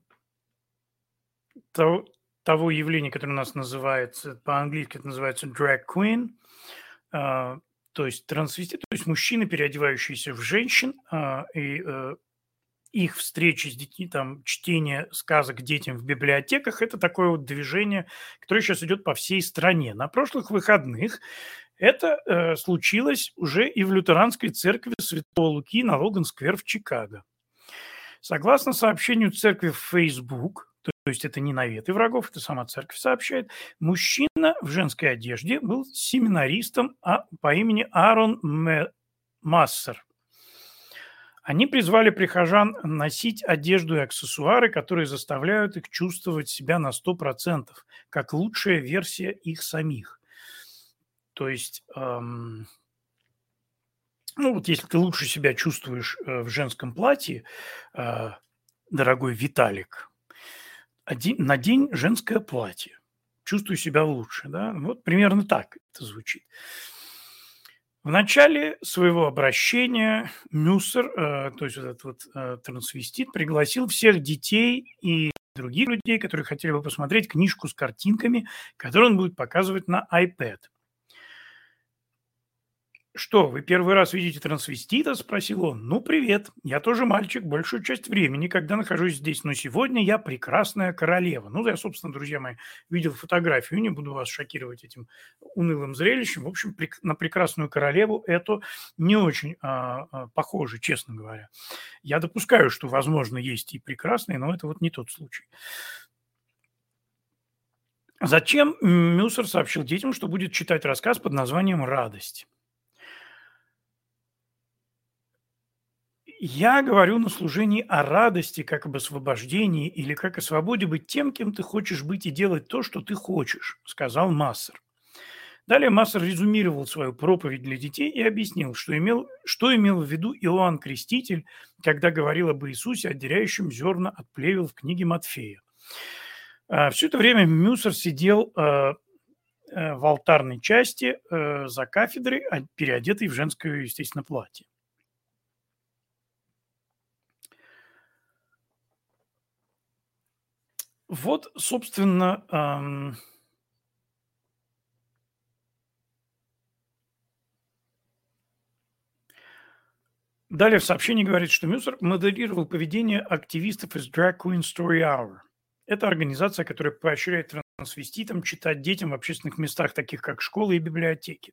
Speaker 1: того явления, которое у нас называется, по-английски это называется drag queen, то есть трансвестит, то есть мужчины, переодевающиеся в женщин, и их встречи с детьми, там, чтение сказок детям в библиотеках – это такое вот движение, которое сейчас идет по всей стране. На прошлых выходных это случилось уже и в лютеранской церкви Святого Луки на Логан-сквер в Чикаго. Согласно сообщению церкви в Facebook, то есть это не наветы врагов, это сама церковь сообщает, мужчина в женской одежде был семинаристом по имени Аарон Массер. Они призвали прихожан носить одежду и аксессуары, которые заставляют их чувствовать себя на 100%, как лучшая версия их самих. То есть, ну вот если ты лучше себя чувствуешь в женском платье, дорогой Виталик, надень женское платье, чувствуй себя лучше, да? Вот примерно так это звучит. В начале своего обращения Мюссер, то есть вот этот вот трансвестит, пригласил всех детей и других людей, которые хотели бы посмотреть книжку с картинками, которую он будет показывать на iPad. «Что, вы первый раз видите трансвестита?» – спросил он. «Ну, привет. Я тоже мальчик большую часть времени, когда нахожусь здесь, но сегодня я прекрасная королева». Ну, я, собственно, друзья мои, видел фотографию, не буду вас шокировать этим унылым зрелищем. В общем, на прекрасную королеву это не очень похоже, честно говоря. Я допускаю, что, возможно, есть и прекрасные, но это вот не тот случай. Затем Мюссер сообщил детям, что будет читать рассказ под названием «Радость». Я говорю на служении о радости, как об освобождении или как о свободе быть тем, кем ты хочешь быть и делать то, что ты хочешь, сказал Массер. Далее Массер резюмировал свою проповедь для детей и объяснил, что имел в виду Иоанн Креститель, когда говорил об Иисусе, отделяющем зерна от плевел в книге Матфея. Все это время Мюссер сидел в алтарной части за кафедрой, переодетый в женское, естественно, платье. Вот, собственно, далее в сообщении говорит, что Мюзер модерировал поведение активистов из Drag Queen Story Hour. Это организация, которая поощряет трансвеститам читать детям в общественных местах, таких как школы и библиотеки.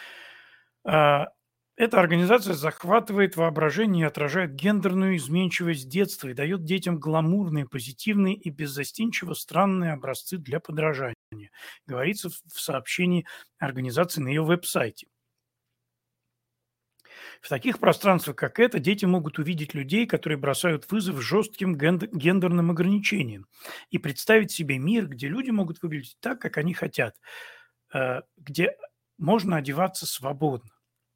Speaker 1: Эта организация захватывает воображение и отражает гендерную изменчивость детства и дает детям гламурные, позитивные и беззастенчиво странные образцы для подражания, говорится в сообщении организации на ее веб-сайте. В таких пространствах, как это, дети могут увидеть людей, которые бросают вызов жестким гендерным ограничениям и представить себе мир, где люди могут выглядеть так, как они хотят, где можно одеваться свободно.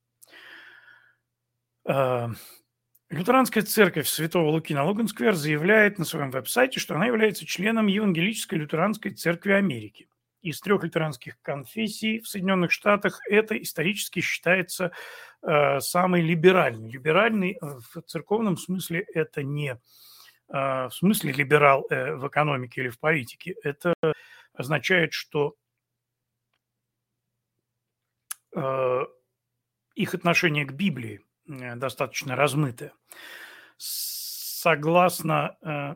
Speaker 1: Лютеранская церковь Святого Луки на Логан-сквер заявляет на своем веб-сайте, что она является членом Евангелической лютеранской церкви Америки. Из 3 лютеранских конфессий в Соединенных Штатах это исторически считается самый либеральный. Либеральный в церковном смысле это не в смысле либерал в экономике или в политике. Это означает, что их отношение к Библии достаточно размытое. Согласно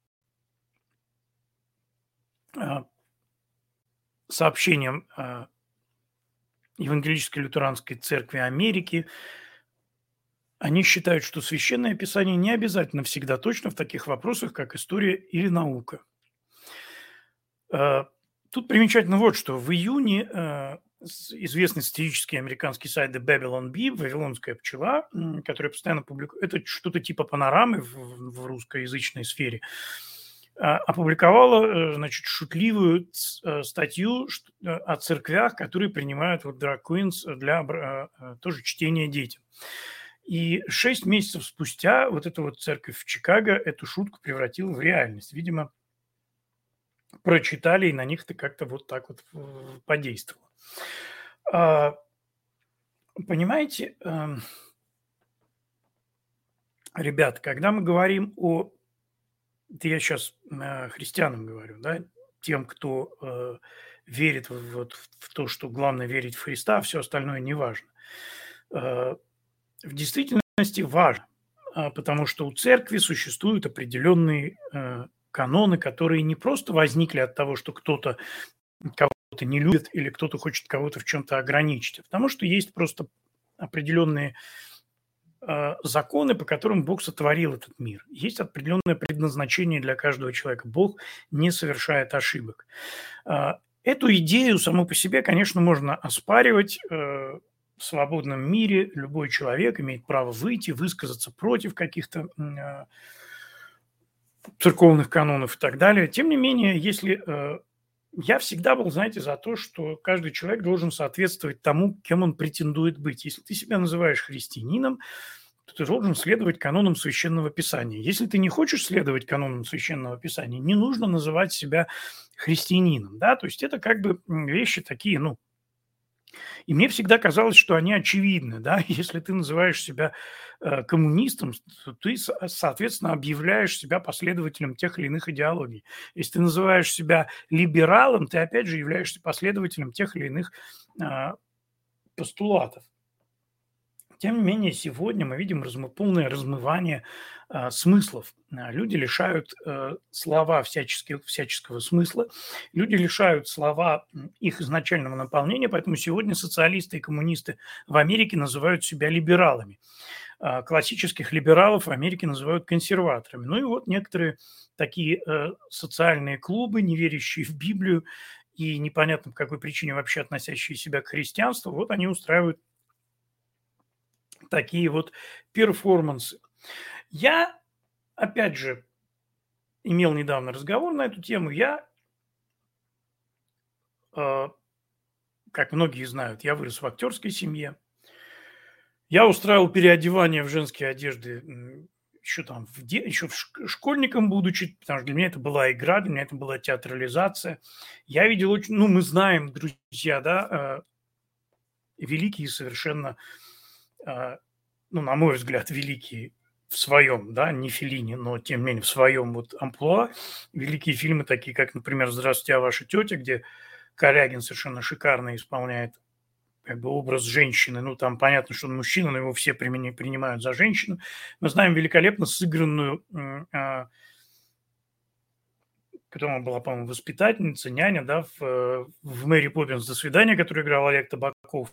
Speaker 1: сообщениям Евангелической лютеранской церкви Америки, они считают, что Священное Писание не обязательно всегда точно в таких вопросах, как история или наука. Тут примечательно вот что. В июне известный статистический американский сайт The Babylon Bee, «Вавилонская пчела», который постоянно публикует, это что-то типа панорамы в русскоязычной сфере, опубликовала, значит, шутливую статью о церквях, которые принимают вот drag queens для тоже чтения детям. И 6 месяцев спустя вот эта вот церковь в Чикаго эту шутку превратила в реальность. Видимо, прочитали, и на них это как-то вот так вот подействовало. Понимаете, ребят, когда мы говорим о... Это я сейчас христианам говорю, да, тем, кто верит вот в то, что главное верить в Христа, а все остальное не важно. В действительности важно, потому что у церкви существуют определенные каноны, которые не просто возникли от того, что кто-то кого-то не любит или кто-то хочет кого-то в чем-то ограничить, а потому что есть просто определенные законы, по которым Бог сотворил этот мир. Есть определенное предназначение для каждого человека. Бог не совершает ошибок. Эту идею саму по себе, конечно, можно оспаривать. В свободном мире любой человек имеет право выйти, высказаться против каких-то церковных канонов и так далее. Тем не менее, если я всегда был, знаете, за то, что каждый человек должен соответствовать тому, кем он претендует быть. Если ты себя называешь христианином, то ты должен следовать канонам Священного Писания. Если ты не хочешь следовать канонам Священного Писания, не нужно называть себя христианином. Да? То есть это как бы вещи такие, ну, и мне всегда казалось, что они очевидны. Да? Если ты называешь себя коммунистом, то ты, соответственно, объявляешь себя последователем тех или иных идеологий. Если ты называешь себя либералом, ты, опять же, являешься последователем тех или иных постулатов. Тем не менее, сегодня мы видим полное размывание смыслов. Люди лишают слова всяческого смысла, люди лишают слова их изначального наполнения, поэтому сегодня социалисты и коммунисты в Америке называют себя либералами. Классических либералов в Америке называют консерваторами. Ну и вот некоторые такие социальные клубы, не верящие в Библию и непонятно по какой причине вообще относящие себя к христианству, вот они устраивают такие вот перформансы. Я, опять же, имел недавно разговор на эту тему. Я, как многие знают, я вырос в актерской семье. Я устраивал переодевание в женские одежды еще там, еще школьником будучи, потому что для меня это была игра, для меня это была театрализация. Я видел очень, ну, мы знаем, друзья, да, великие совершенно, ну, на мой взгляд, великие в своем, да, не Феллини, но тем не менее в своем вот амплуа. Великие фильмы, такие как, например, «Здравствуйте, я ваша тетя», где Корягин совершенно шикарно исполняет как бы образ женщины. Ну, там понятно, что он мужчина, но его все принимают за женщину. Мы знаем великолепно сыгранную, которая была, по-моему, воспитательница, няня, да, в «Мэри Поппинс. До свидания», которую играл Олег Табаков.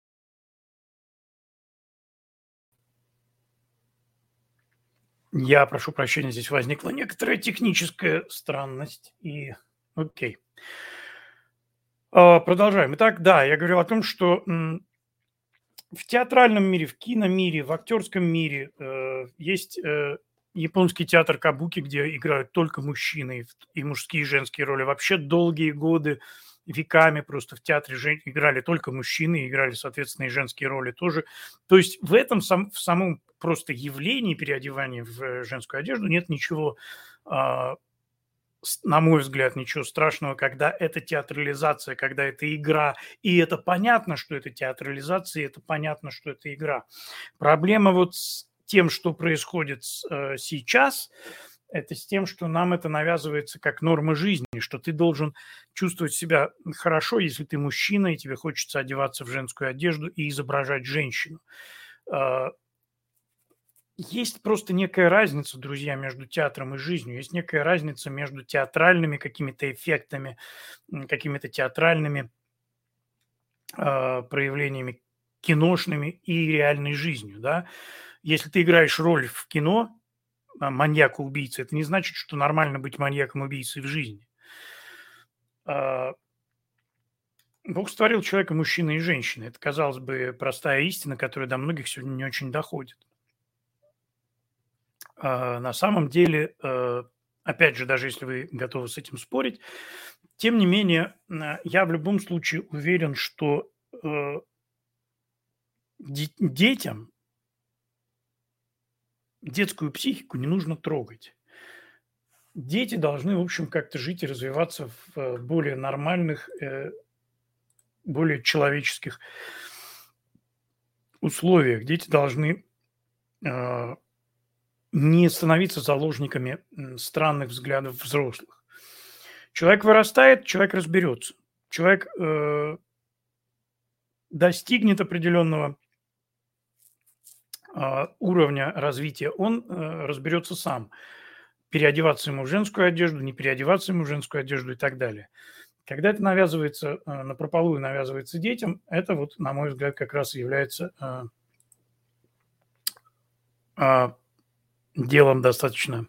Speaker 1: Я прошу прощения, здесь возникла некоторая техническая странность. И окей. Продолжаем. Итак, да, я говорил о том, что в театральном мире, в киномире, в актерском мире есть японский театр кабуки, где играют только мужчины и мужские и женские роли. Вообще долгие годы, веками просто в театре играли только мужчины, играли, соответственно, и женские роли тоже. То есть в этом в самом просто явлении переодевания в женскую одежду нет ничего, на мой взгляд, ничего страшного, когда это театрализация, когда это игра, и это понятно, что это театрализация, и это понятно, что это игра. Проблема вот с тем, что происходит сейчас, это с тем, что нам это навязывается как норма жизни, что ты должен чувствовать себя хорошо, если ты мужчина, и тебе хочется одеваться в женскую одежду и изображать женщину. Есть просто некая разница, друзья, между театром и жизнью. Есть некая разница между театральными какими-то эффектами, какими-то театральными проявлениями киношными и реальной жизнью, да. Если ты играешь роль в кино, маньяка-убийцы, это не значит, что нормально быть маньяком-убийцей в жизни. Бог сотворил человека мужчиной и женщиной. Это, казалось бы, простая истина, которая до многих сегодня не очень доходит. На самом деле, опять же, даже если вы готовы с этим спорить, тем не менее, я в любом случае уверен, что детям детскую психику не нужно трогать. Дети должны, в общем, как-то жить и развиваться в более нормальных, более человеческих условиях. Дети должны не становиться заложниками странных взглядов взрослых. Человек вырастает, человек разберется. Человек достигнет определенного уровня развития, он разберется сам. Переодеваться ему в женскую одежду, не переодеваться ему в женскую одежду и так далее. Когда это навязывается напропалую, навязывается детям, это вот, на мой взгляд, как раз и является делом достаточно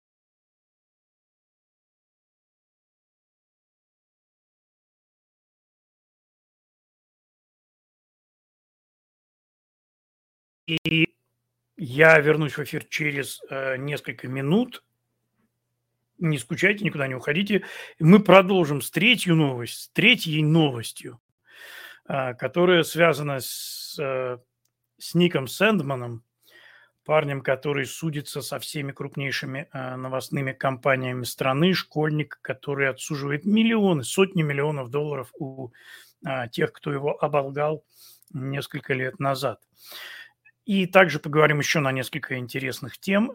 Speaker 1: И я вернусь в эфир через несколько минут. Не скучайте, никуда не уходите. Мы продолжим с третьей новостью, которая связана с Ником Сэндманом, парнем, который судится со всеми крупнейшими новостными компаниями страны, школьник, который отсуживает миллионы, сотни миллионов долларов у тех, кто его оболгал несколько лет назад. И также поговорим еще на несколько интересных тем.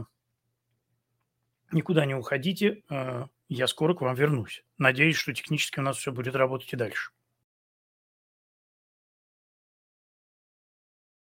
Speaker 1: Никуда не уходите, я скоро к вам вернусь. Надеюсь, что технически у нас все будет работать и дальше.